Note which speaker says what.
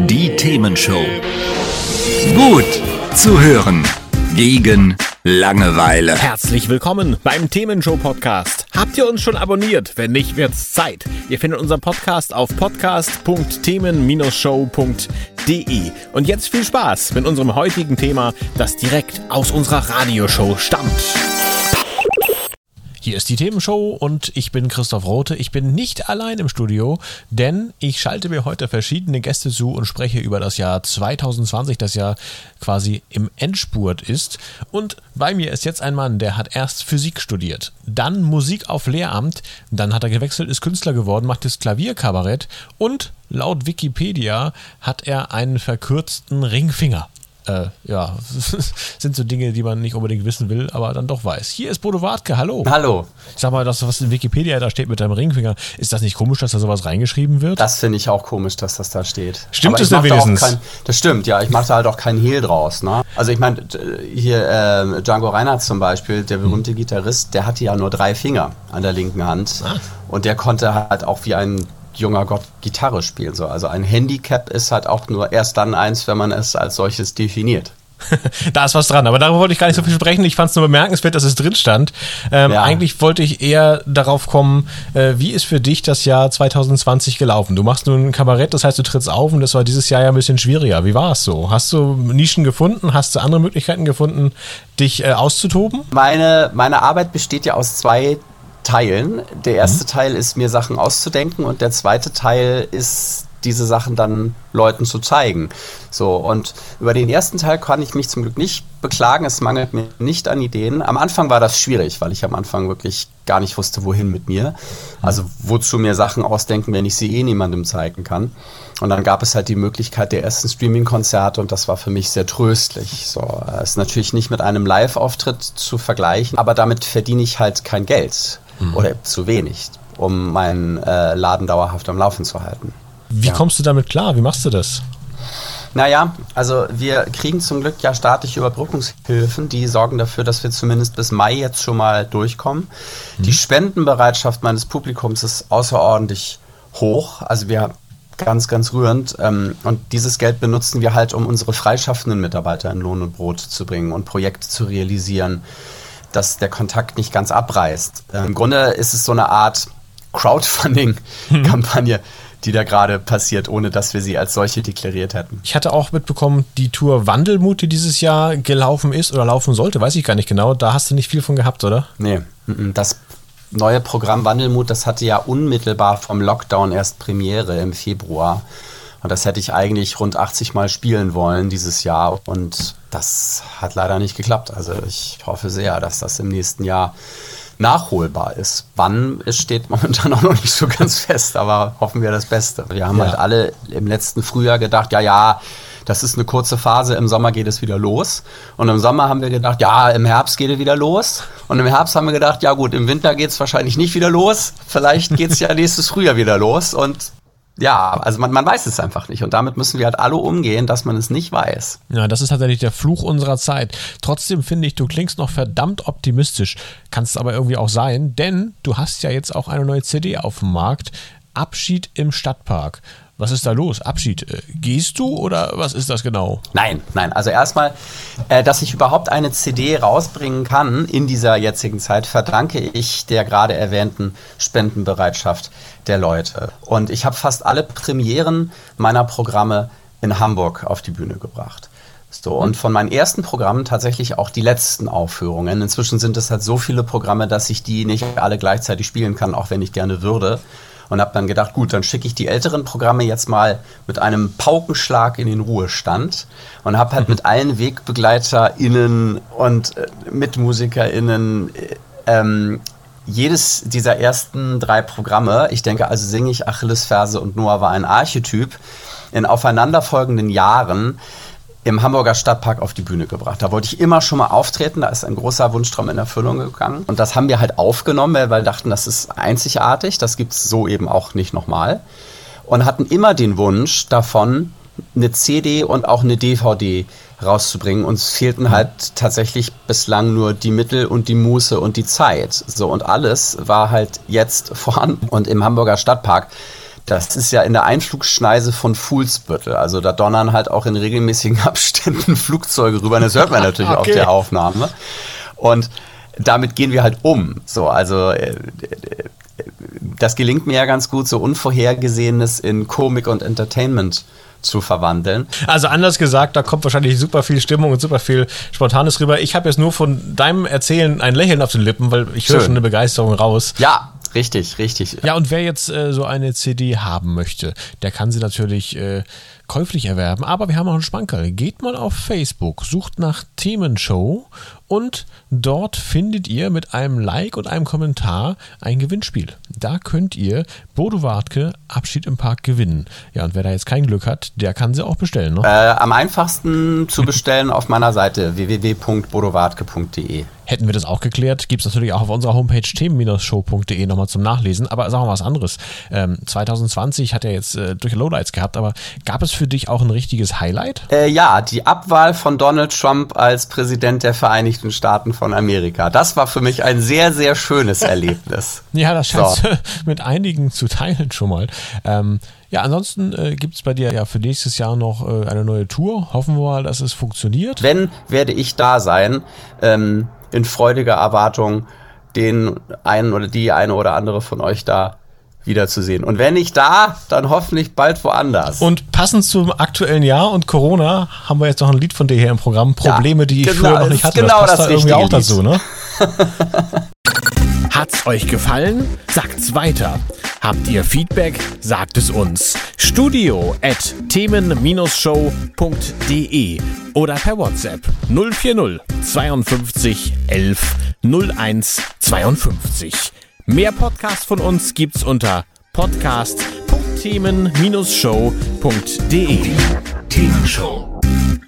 Speaker 1: Die Themenshow. Gut zu hören. Gegen Langeweile.
Speaker 2: Herzlich willkommen beim Themenshow-Podcast. Habt ihr uns schon abonniert? Wenn nicht, wird's Zeit. Ihr findet unseren Podcast auf podcast.themen-show.de. Und jetzt viel Spaß mit unserem heutigen Thema, das direkt aus unserer Radioshow stammt. Hier ist die Themenshow und ich bin Christoph Rothe. Ich bin nicht allein im Studio, denn ich schalte mir heute verschiedene Gäste zu und spreche über das Jahr 2020, das ja quasi im Endspurt ist. Und bei mir ist jetzt ein Mann, der hat erst Physik studiert, dann Musik auf Lehramt, dann hat er gewechselt, ist Künstler geworden, macht das Klavierkabarett und laut Wikipedia hat er einen verkürzten Ringfinger. Sind so Dinge, die man nicht unbedingt wissen will, aber dann doch weiß. Hier ist Bodo Wartke, hallo.
Speaker 3: Hallo.
Speaker 2: Ich sag mal, das, was in Wikipedia da steht mit deinem Ringfinger, ist das nicht komisch, dass da sowas reingeschrieben wird?
Speaker 3: Das finde ich auch komisch, dass das da steht.
Speaker 2: Stimmt es denn wenigstens?
Speaker 3: Das stimmt, ja. Ich mache da halt auch keinen Hehl draus. Ne? Also ich meine, hier Django Reinhardt zum Beispiel, der berühmte Gitarrist, der hatte ja nur 3 Finger an der linken Hand. Und der konnte halt auch wie ein junger Gott Gitarre spielen. So. Also ein Handicap ist halt auch nur erst dann eins, wenn man es als solches definiert.
Speaker 2: Da ist was dran, aber darüber wollte ich gar nicht so viel sprechen. Ich fand es nur bemerkenswert, dass es drin stand. Eigentlich wollte ich eher darauf kommen, wie ist für dich das Jahr 2020 gelaufen? Du machst nun ein Kabarett, das heißt, du trittst auf und das war dieses Jahr ja ein bisschen schwieriger. Wie war es so? Hast du Nischen gefunden? Hast du andere Möglichkeiten gefunden, dich auszutoben?
Speaker 3: Meine Arbeit besteht ja aus 2 Teilen. Der erste Teil ist, mir Sachen auszudenken und der zweite Teil ist, diese Sachen dann Leuten zu zeigen. So, und über den ersten Teil kann ich mich zum Glück nicht beklagen. Es mangelt mir nicht an Ideen. Am Anfang war das schwierig, weil ich am Anfang wirklich gar nicht wusste, wohin mit mir. Also wozu mir Sachen ausdenken, wenn ich sie niemandem zeigen kann. Und dann gab es halt die Möglichkeit der ersten Streaming-Konzerte und das war für mich sehr tröstlich. So, es ist natürlich nicht mit einem Live-Auftritt zu vergleichen, aber damit verdiene ich halt kein Geld oder zu wenig, um meinen Laden dauerhaft am Laufen zu halten.
Speaker 2: Wie kommst du damit klar? Wie machst du das?
Speaker 3: Naja, also wir kriegen zum Glück ja staatliche Überbrückungshilfen, die sorgen dafür, dass wir zumindest bis Mai jetzt schon mal durchkommen. Die Spendenbereitschaft meines Publikums ist außerordentlich hoch, also wir ganz, ganz rührend und dieses Geld benutzen wir halt, um unsere freischaffenden Mitarbeiter in Lohn und Brot zu bringen und Projekte zu realisieren, dass der Kontakt nicht ganz abreißt. Im Grunde ist es so eine Art Crowdfunding-Kampagne, die da gerade passiert, ohne dass wir sie als solche deklariert hätten.
Speaker 2: Ich hatte auch mitbekommen, die Tour Wandelmut, die dieses Jahr gelaufen ist oder laufen sollte, weiß ich gar nicht genau, da hast du nicht viel von gehabt, oder?
Speaker 3: Nee, das neue Programm Wandelmut, das hatte ja unmittelbar vom Lockdown erst Premiere im Februar. Und das hätte ich eigentlich rund 80 Mal spielen wollen dieses Jahr. Und das hat leider nicht geklappt. Also ich hoffe sehr, dass das im nächsten Jahr nachholbar ist. Wann, es steht momentan auch noch nicht so ganz fest, aber hoffen wir das Beste. Wir haben halt alle im letzten Frühjahr gedacht, ja, das ist eine kurze Phase, im Sommer geht es wieder los. Und im Sommer haben wir gedacht, ja, im Herbst geht es wieder los. Und im Herbst haben wir gedacht, ja gut, im Winter geht es wahrscheinlich nicht wieder los. Vielleicht geht es ja nächstes Frühjahr wieder los. Und ja, also man weiß es einfach nicht und damit müssen wir halt alle umgehen, dass man es nicht weiß.
Speaker 2: Ja, das ist tatsächlich der Fluch unserer Zeit. Trotzdem finde ich, du klingst noch verdammt optimistisch. Kannst aber irgendwie auch sein, denn du hast ja jetzt auch eine neue CD auf dem Markt. Abschied im Stadtpark. Was ist da los? Abschied. Gehst du oder was ist das genau?
Speaker 3: Nein. Also erstmal, dass ich überhaupt eine CD rausbringen kann in dieser jetzigen Zeit, verdanke ich der gerade erwähnten Spendenbereitschaft der Leute. Und ich habe fast alle Premieren meiner Programme in Hamburg auf die Bühne gebracht. So, und von meinen ersten Programmen tatsächlich auch die letzten Aufführungen. Inzwischen sind es halt so viele Programme, dass ich die nicht alle gleichzeitig spielen kann, auch wenn ich gerne würde. Und habe dann gedacht, gut, dann schicke ich die älteren Programme jetzt mal mit einem Paukenschlag in den Ruhestand und habe halt mit allen WegbegleiterInnen und MitmusikerInnen jedes dieser ersten 3 Programme, ich denke also Singe ich, Achillesferse und Noah war ein Archetyp, in aufeinanderfolgenden Jahren im Hamburger Stadtpark auf die Bühne gebracht. Da wollte ich immer schon mal auftreten, da ist ein großer Wunschtraum in Erfüllung gegangen. Und das haben wir halt aufgenommen, weil wir dachten, das ist einzigartig, das gibt es so eben auch nicht nochmal. Und hatten immer den Wunsch davon, eine CD und auch eine DVD rauszubringen. Uns fehlten halt tatsächlich bislang nur die Mittel und die Muße und die Zeit. So, und alles war halt jetzt vorhanden. Und im Hamburger Stadtpark, das ist ja in der Einflugschneise von Fuhlsbüttel. Also da donnern halt auch in regelmäßigen Abständen Flugzeuge rüber. Das hört man natürlich auf der Aufnahme. Und damit gehen wir halt um. So, also das gelingt mir ja ganz gut, so Unvorhergesehenes in Komik und Entertainment zu verwandeln.
Speaker 2: Also anders gesagt, da kommt wahrscheinlich super viel Stimmung und super viel Spontanes rüber. Ich habe jetzt nur von deinem Erzählen ein Lächeln auf den Lippen, weil ich höre schon eine Begeisterung raus.
Speaker 3: Ja, richtig.
Speaker 2: Ja, und wer jetzt so eine CD haben möchte, der kann sie natürlich käuflich erwerben. Aber wir haben auch einen Schmankerl. Geht mal auf Facebook, sucht nach Themenshow und dort findet ihr mit einem Like und einem Kommentar ein Gewinnspiel. Da könnt ihr Bodo Wartke Abschied im Park gewinnen. Ja, und wer da jetzt kein Glück hat, der kann sie auch bestellen, ne?
Speaker 3: Am einfachsten zu bestellen auf meiner Seite www.bodowartke.de.
Speaker 2: Hätten wir das auch geklärt, gibt es natürlich auch auf unserer Homepage themen-show.de nochmal zum Nachlesen. Aber sagen wir mal was anderes. 2020 hat ja jetzt durch Lowlights gehabt, aber gab es für dich auch ein richtiges Highlight?
Speaker 3: Ja, die Abwahl von Donald Trump als Präsident der Vereinigten Staaten von Amerika. Das war für mich ein sehr, sehr schönes Erlebnis.
Speaker 2: Ja, das scheint mit einigen zu teilen schon mal. Ja, ansonsten gibt es bei dir ja für nächstes Jahr noch eine neue Tour. Hoffen wir mal, dass es funktioniert.
Speaker 3: Wenn, werde ich da sein, in freudiger Erwartung, den einen oder die eine oder andere von euch da wiederzusehen. Und wenn nicht da, dann hoffentlich bald woanders.
Speaker 2: Und passend zum aktuellen Jahr und Corona haben wir jetzt noch ein Lied von dir hier im Programm. Probleme, die ich früher noch nicht hatte.
Speaker 3: Genau,
Speaker 2: das passt
Speaker 3: das
Speaker 2: da irgendwie auch
Speaker 3: Lied
Speaker 2: dazu, ne?
Speaker 1: Hat's euch gefallen? Sagt's weiter. Habt ihr Feedback? Sagt es uns. studio@themen-show.de oder per WhatsApp 040 52 11 01 52. Mehr Podcasts von uns gibt's unter podcast.themen-show.de. Themenshow.